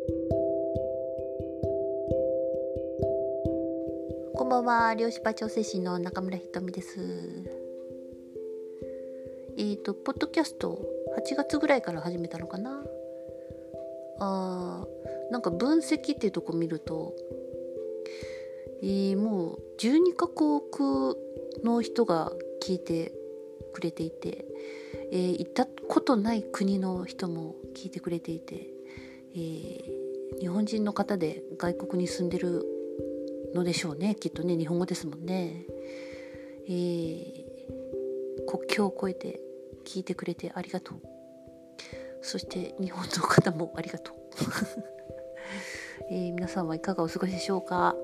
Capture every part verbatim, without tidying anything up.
こんばんは、量子波調整士の中村ひとみです。えーと、ポッドキャストはちがつぐらいから始めたのかな。あーなんか分析っていうとこ見ると、えー、もうじゅうにカ国の人が聞いてくれていて、えー、行ったことない国の人も聞いてくれていて、えー、日本人の方で外国に住んでるのでしょうね。きっとね、日本語ですもんね。えー、国境を越えて聞いてくれてありがとう。そして日本の方もありがとう、えー、皆さんはいかがお過ごしでしょうか。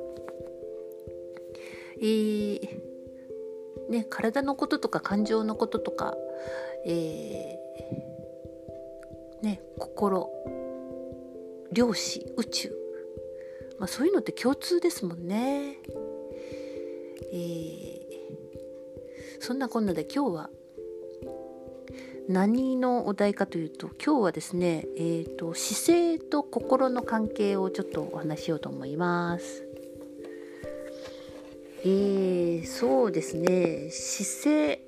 えーね、体のこととか感情のこととか、えーね、心、量子、宇宙、まあ、そういうのって共通ですもんね。えー、そんなこんなで今日は何のお題かというと、今日はですね、えーと、姿勢と心の関係をちょっとお話ししようと思います。えー、そうですね、姿勢、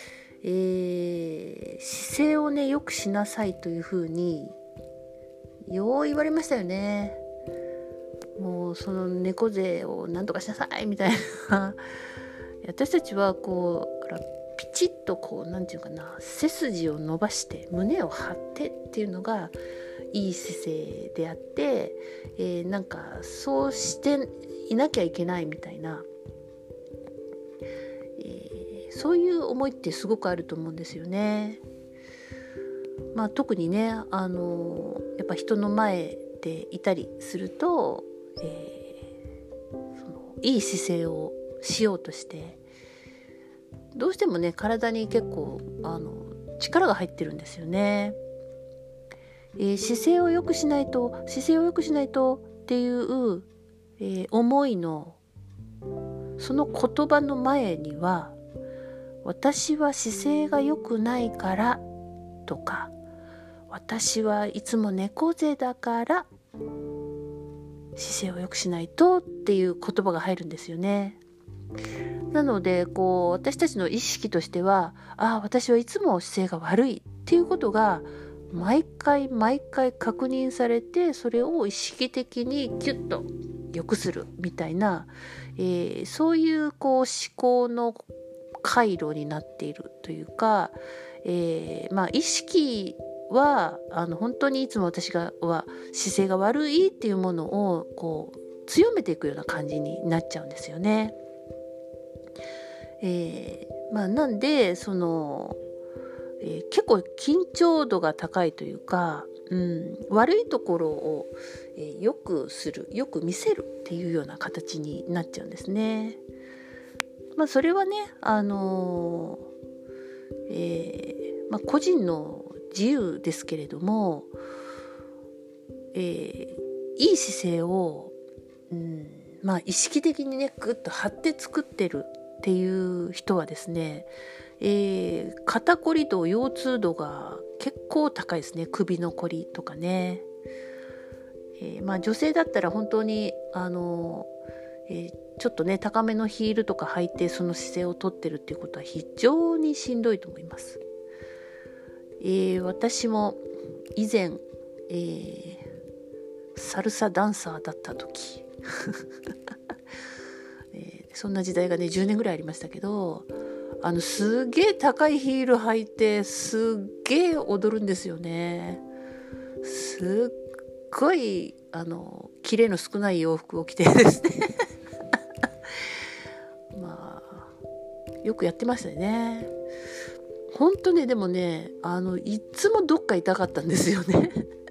えー、姿勢をね、よくしなさいというふうによう言われましたよね。もうその猫背をなんとかしなさいみたいな私たちはこうピチッとこうなんていうかな、背筋を伸ばして胸を張ってっていうのがいい姿勢であって、えー、なんかそうしていなきゃいけないみたいな、えー、そういう思いってすごくあると思うんですよね。まあ、特にね、あのやっぱ人の前でいたりすると、えー、そのいい姿勢をしようとしてどうしてもね、体に結構あの力が入ってるんですよね。えー、姿勢を良くしないと姿勢を良くしないとっていう、えー、思いのその言葉の前には、私は姿勢が良くないからとか、私はいつも猫背だから姿勢を良くしないとっていう言葉が入るんですよね。なのでこう私たちの意識としては、ああ私はいつも姿勢が悪いっていうことが毎回毎回確認されて、それを意識的にキュッと良くするみたいな、えー、そういうこう思考の回路になっているというか、えー、まあ意識はあの本当にいつも私がは姿勢が悪いっていうものをこう強めていくような感じになっちゃうんですよね。えー、まあなんでその、えー、結構緊張度が高いというか、うん、悪いところを、えー、よくする、よく見せるっていうような形になっちゃうんですね。まあそれはね、あのーえーまあ、個人の自由ですけれども、えー、いい姿勢を、うんまあ、意識的にねグッと張って作ってるっていう人はですね、えー、肩こりと腰痛度が結構高いですね。首のこりとかね、えーまあ、女性だったら本当にあの、えー、ちょっとね高めのヒールとか履いてその姿勢をとってるっていうことは非常にしんどいと思います。えー、私も以前、えー、サルサダンサーだった時、えー、そんな時代がねじゅうねんぐらいありましたけど、あのすげえ高いヒール履いてすっげえ踊るんですよね。すっごいあのキレの少ない洋服を着てですねまあよくやってましたね。本当ね、でもね、あのいつもどっか痛かったんですよね、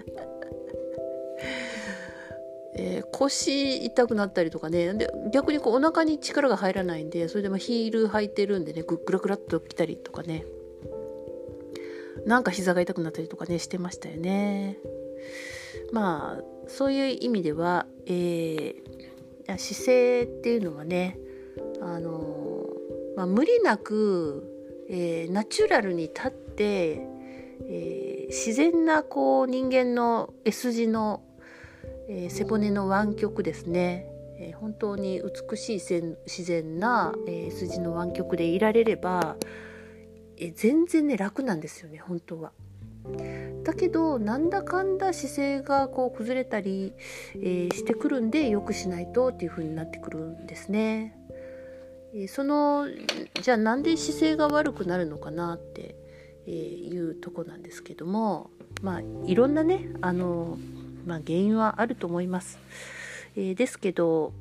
えー、腰痛くなったりとかね、で逆にこうお腹に力が入らないんで、それでもヒール履いてるんでね、グラグラっときたりとかね、なんか膝が痛くなったりとかねしてましたよね。まあそういう意味では、えー、姿勢っていうのはね、あの、まあ、無理なくえー、ナチュラルに立って、えー、自然なこう人間の S 字の、 えー、背骨の湾曲ですね、えー、本当に美しい自然な、えー、筋の湾曲でいられれば、えー、全然ね楽なんですよね本当は。だけどなんだかんだ姿勢がこう崩れたり、えー、してくるんでよくしないとっていう風になってくるんですね。えー、そのじゃあなんで姿勢が悪くなるのかなっていうとこなんですけども、まあいろんなねあの、まあ、原因はあると思います。えー、ですけど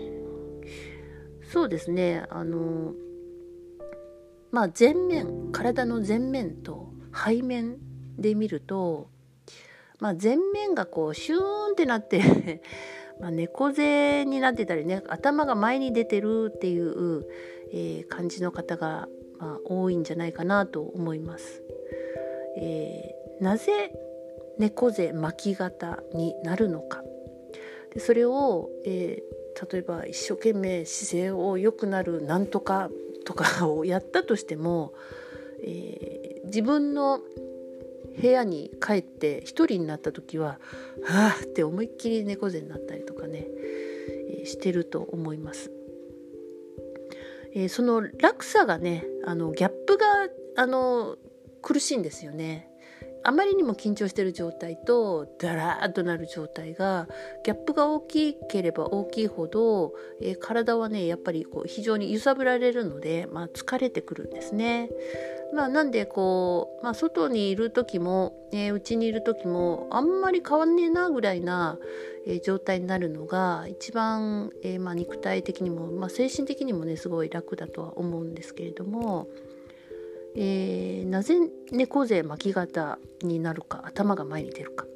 そうですねあのまあ前面体の前面と背面で見ると、まあ、前面がこうシューンってなってまあ猫背になってたりね頭が前に出てるっていう、えー、感じの方が、まあ、多いんじゃないかなと思います。えー、なぜ猫背巻き肩になるのかでそれを、えー、例えば一生懸命姿勢を良くなるなんとかとかをやったとしても、えー、自分の部屋に帰って一人になった時ははぁって思いっきり猫背になったりとかね、えー、してると思います。えー、その落差がねあのギャップがあの苦しいんですよね。あまりにも緊張している状態とダラーッとなる状態がギャップが大きければ大きいほど、えー、体はねやっぱりこう非常に揺さぶられるので、まあ、疲れてくるんですね。まあ、なんでこう、まあ、外にいる時も家、えー、にいる時もあんまり変わんねえなぐらいな、えー、状態になるのが一番、えーまあ、肉体的にも、まあ、精神的にもねすごい楽だとは思うんですけれども、えー、なぜ猫背巻き肩になるか頭が前に出るか、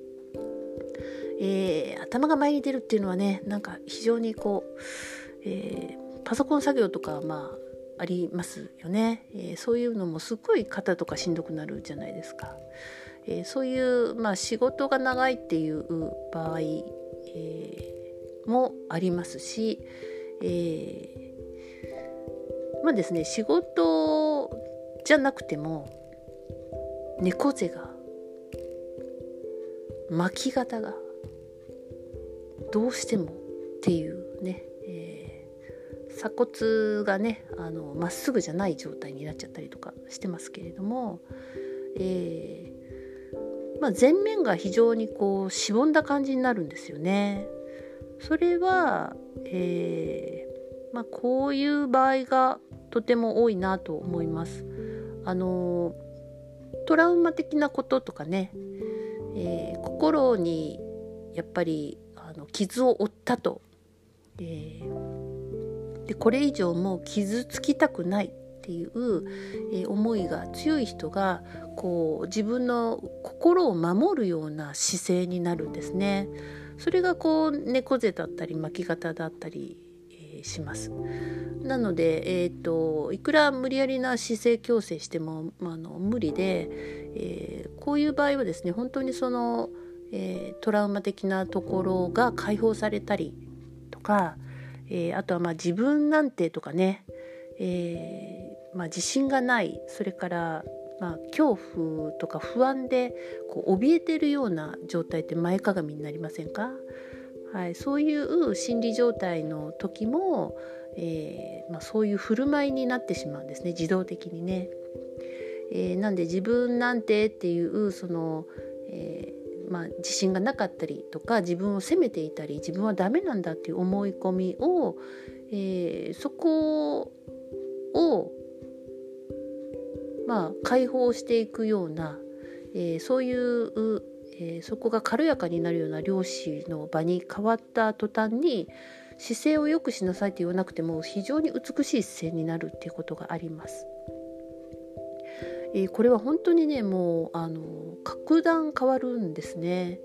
えー、頭が前に出るっていうのはねなんか非常にこう、えー、パソコン作業とかまあありますよね、えー、そういうのもすっごい肩とかしんどくなるじゃないですか、えー、そういう、まあ、仕事が長いっていう場合、えー、もありますし、えー、まあですね仕事じゃなくても猫背が巻き肩がどうしてもっていうね、えー、鎖骨がねあのまっすぐじゃない状態になっちゃったりとかしてますけれども、えーまあ、前面が非常にこうしぼんだ感じになるんですよね。それは、えーまあ、こういう場合がとても多いなと思います。あのトラウマ的なこととかね、えー、心にやっぱりあの傷を負ったと、えー、でこれ以上もう傷つきたくないっていう、えー、思いが強い人がこう自分の心を守るような姿勢になるんですね。それがこう猫背だったり巻き肩だったり、えー、します。なので、えーと、いくら無理やりな姿勢矯正しても、まあ、あの無理で、えー、こういう場合はですね本当にその、えー、トラウマ的なところが解放されたりとか、えー、あとはまあ自分なんてとかね、えーまあ、自信がないそれからまあ恐怖とか不安でこう怯えてるような状態って前かがみになりませんか？はい、そういう心理状態の時もえーまあ、そういう振る舞いになってしまうんですね自動的にね、えー、なんで自分なんてっていうその、えーまあ、自信がなかったりとか自分を責めていたり自分はダメなんだっていう思い込みを、えー、そこをまあ解放していくような、えー、そういうえー、そこが軽やかになるような漁師の場に変わった途端に姿勢を良くしなさいと言わなくても非常に美しい姿勢になるっていうことがあります。えー、これは本当にねもうあの格段変わるんですね。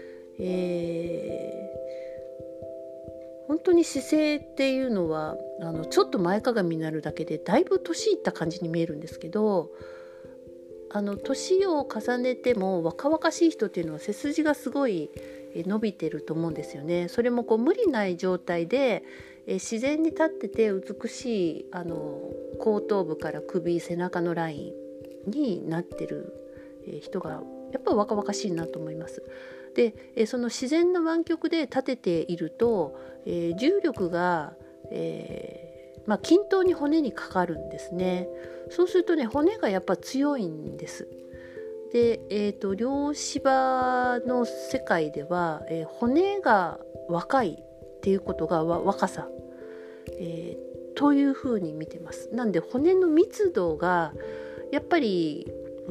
えー、本当に姿勢っていうのはあのちょっと前かがみになるだけでだいぶ年いった感じに見えるんですけどあの年を重ねても若々しい人っていうのは背筋がすごい伸びてると思うんですよね。それもこう無理ない状態でえ自然に立ってて美しいあの後頭部から首背中のラインになってる人がやっぱり若々しいなと思います。 で、えその自然の湾曲で立てていると、えー、重力が、えーまあ、均等に骨にかかるんですね。そうするとね、骨がやっぱ強いんです。で、えーと、量子場の世界では、えー、骨が若いっていうことが若さ、えー、というふうに見てます。なんで骨の密度がやっぱり、うん、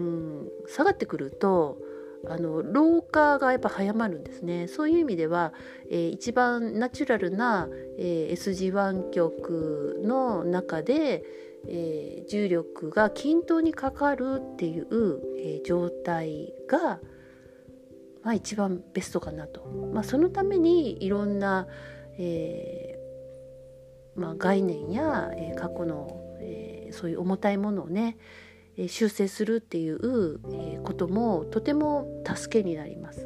下がってくるとあの老化がやっぱ早まるんですね。そういう意味では、えー、一番ナチュラルな、えー、S 字湾曲の中で、えー、重力が均等にかかるっていう、えー、状態が、まあ、一番ベストかなと。まあ、そのためにいろんな、えーまあ、概念や、えー、過去の、えー、そういう重たいものをね修正するっていうこともとても助けになります。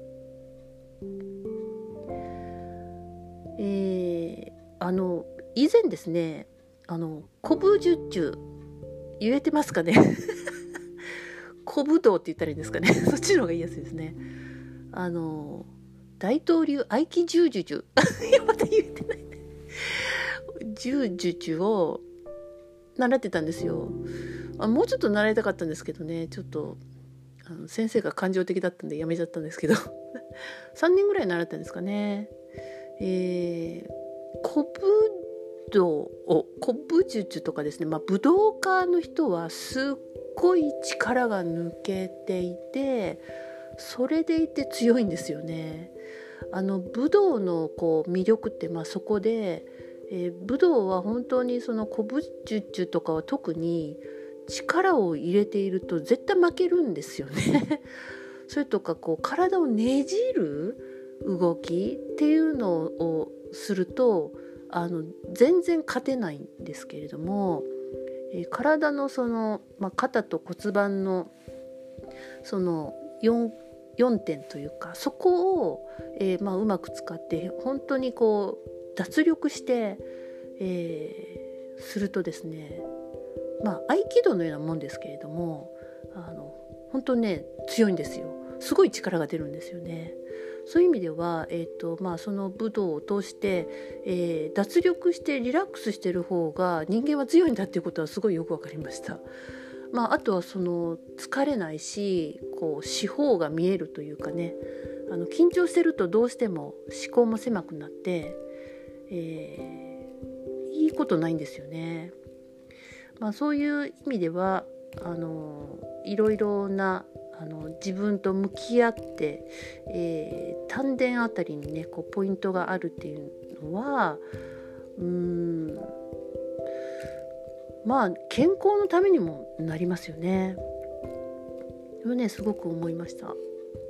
えー、あの以前ですね、あの古武術中言えてますかね古武道って言ったらいいんですかねそっちの方が言いやすいですね。あの大東流合気柔術いやまた言えてない柔術を習ってたんですよ。あもうちょっと習いたかったんですけどね、ちょっとあの先生が感情的だったんでやめちゃったんですけどさんねんぐらい習ったんですかね。えー、古武道を古武術とかですね、まあ、武道家の人はすっごい力が抜けていて、それでいて強いんですよね。あの武道のこう魅力って、まあ、そこで、えー、武道は本当にその古武術とかは特に力を入れていると絶対負けるんですよねそれとかこう体をねじる動きっていうのをするとあの全然勝てないんですけれども、えー、体のその、まあ、肩と骨盤のその 4, よんてんというかそこを、えーまあ、うまく使って本当にこう脱力して、えー、するとですね、まあ合気道のようなもんですけれども、あの本当ね強いんですよ。すごい力が出るんですよね。そういう意味では、えーとまあ、その武道を通して、えー、脱力してリラックスしてる方が人間は強いんだっていうことはすごいよく分かりました。まあ、あとはその疲れないしこう四方が見えるというかね、あの緊張してるとどうしても思考も狭くなって、えー、いいことないんですよね。まあ、そういう意味ではあのいろいろなあの自分と向き合って、えー、丹田あたりにねこうポイントがあるっていうのはうーんまあ健康のためにもなりますよね。それねすごく思いました。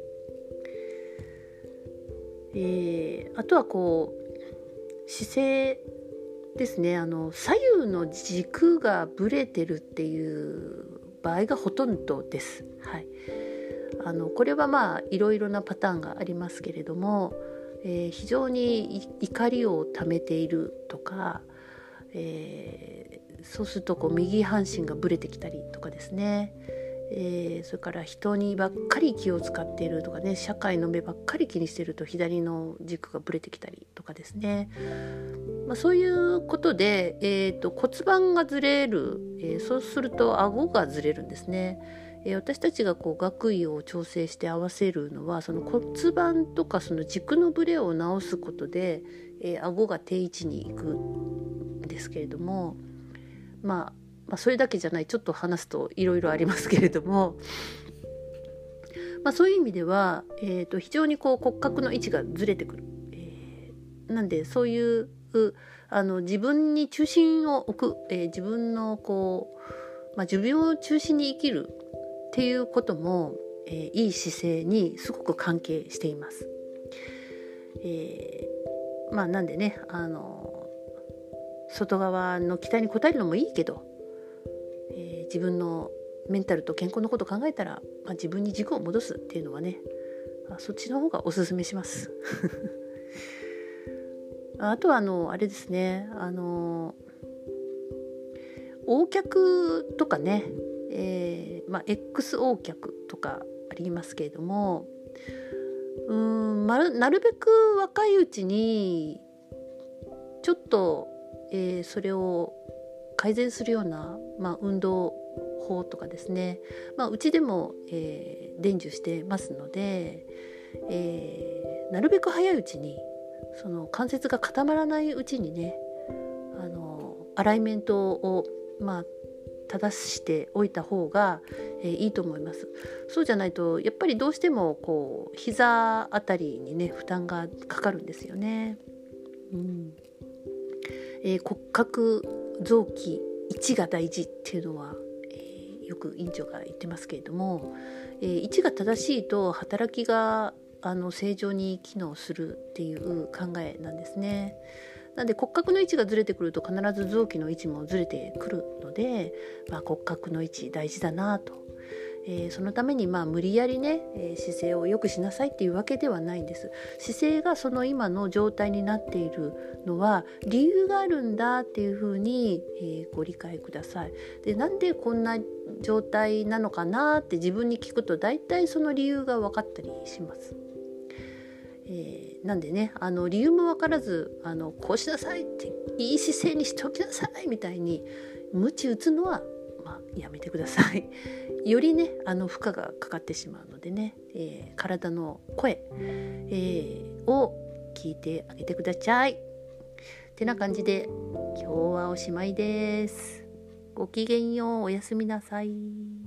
えー、あとはこう姿勢ですね。あの左右の軸がぶれてるっていう場合がほとんどです。はい、あのこれはまあいろいろなパターンがありますけれども、えー、非常に怒りをためているとか、えー、そうするとこう右半身がぶれてきたりとかですね、えー、それから人にばっかり気を使っているとかね、社会の目ばっかり気にしていると左の軸がぶれてきたりとかですね、まあ、そういうことで、えーと、骨盤がずれる、えー、そうすると顎がずれるんですね。えー、私たちがこう顎位を調整して合わせるのはその骨盤とかその軸のぶれを直すことで、えー、顎が定位置に行くんですけれども、まあ、まあそれだけじゃない、ちょっと話すといろいろありますけれども、まあ、そういう意味では、えーと、非常にこう骨格の位置がずれてくる、えー、なんでそういうあの自分に中心を置く、えー、自分のこう、まあ、自分を中心に生きるっていうことも、えー、いい姿勢にすごく関係しています。えー、まあなんでね、あの外側の期待に応えるのもいいけど、えー、自分のメンタルと健康のことを考えたら、まあ、自分に軸を戻すっていうのはね、そっちの方がおすすめしますあとはあのあれですね、あの横脚とかね、えーまあ、エックス 横脚とかありますけれども、 うーん、まる、なるべく若いうちにちょっと、えー、それを改善するような、まあ、運動法とかですね、まあ、うちでも、えー、伝授してますので、えー、なるべく早いうちにその関節が固まらないうちにね、あのアライメントを、まあ、正しておいた方が、えー、いいと思います。そうじゃないとやっぱりどうしてもこう膝あたりにね負担がかかるんですよね。うんえー、骨格臓器位置が大事っていうのは、えー、よく院長が言ってますけれども、えー、位置が正しいと働きがあの正常に機能するっていう考えなんですね。なので骨格の位置がずれてくると必ず臓器の位置もずれてくるので、まあ、骨格の位置大事だなと、えー、そのためにまあ無理やりね、えー、姿勢を良くしなさいっていうわけではないんです。姿勢がその今の状態になっているのは理由があるんだっていうふうに、えー、ご理解ください。で、なんでこんな状態なのかなって自分に聞くと大体その理由が分かったりします。えー、なんでね、あの理由も分からずあのこうしなさいっていい姿勢にしておきなさいみたいに鞭打つのは、まあ、やめてください。よりねあの負荷がかかってしまうのでね、えー、体の声、えー、を聞いてあげてください。てな感じで今日はおしまいです。ごきげんよう、おやすみなさい。